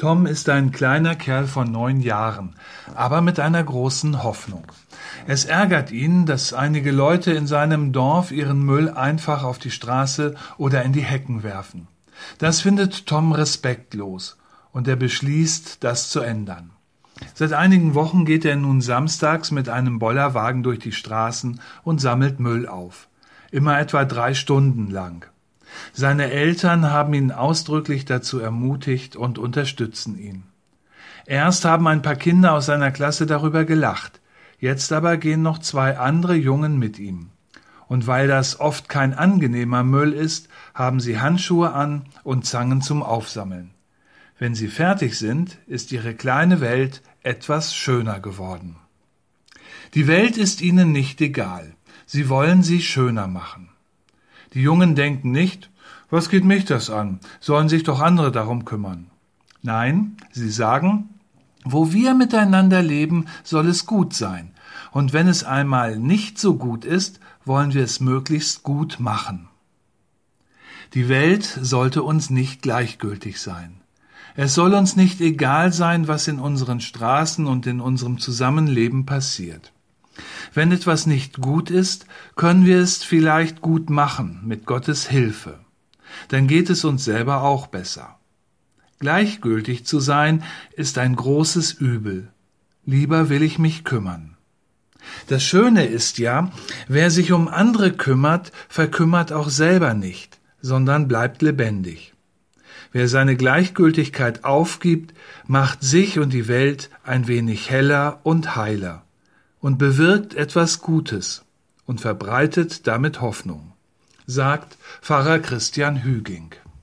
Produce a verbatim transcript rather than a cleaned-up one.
Tom ist ein kleiner Kerl von neun Jahren, aber mit einer großen Hoffnung. Es ärgert ihn, dass einige Leute in seinem Dorf ihren Müll einfach auf die Straße oder in die Hecken werfen. Das findet Tom respektlos und er beschließt, das zu ändern. Seit einigen Wochen geht er nun samstags mit einem Bollerwagen durch die Straßen und sammelt Müll auf. Immer etwa drei Stunden lang. Seine Eltern haben ihn ausdrücklich dazu ermutigt und unterstützen ihn. Erst haben ein paar Kinder aus seiner Klasse darüber gelacht. Jetzt aber gehen noch zwei andere Jungen mit ihm. Und weil das oft kein angenehmer Müll ist, haben sie Handschuhe an und Zangen zum Aufsammeln. Wenn sie fertig sind, ist ihre kleine Welt etwas schöner geworden. Die Welt ist ihnen nicht egal. Sie wollen sie schöner machen. Die Jungen denken nicht, was geht mich das an? Sollen sich doch andere darum kümmern. Nein, sie sagen, wo wir miteinander leben, soll es gut sein. Und wenn es einmal nicht so gut ist, wollen wir es möglichst gut machen. Die Welt sollte uns nicht gleichgültig sein. Es soll uns nicht egal sein, was in unseren Straßen und in unserem Zusammenleben passiert. Wenn etwas nicht gut ist, können wir es vielleicht gut machen, mit Gottes Hilfe. Dann geht es uns selber auch besser. Gleichgültig zu sein, ist ein großes Übel. Lieber will ich mich kümmern. Das Schöne ist ja, wer sich um andere kümmert, verkümmert auch selber nicht, sondern bleibt lebendig. Wer seine Gleichgültigkeit aufgibt, macht sich und die Welt ein wenig heller und heiler und bewirkt etwas Gutes und verbreitet damit Hoffnung, sagt Pfarrer Christian Hüging.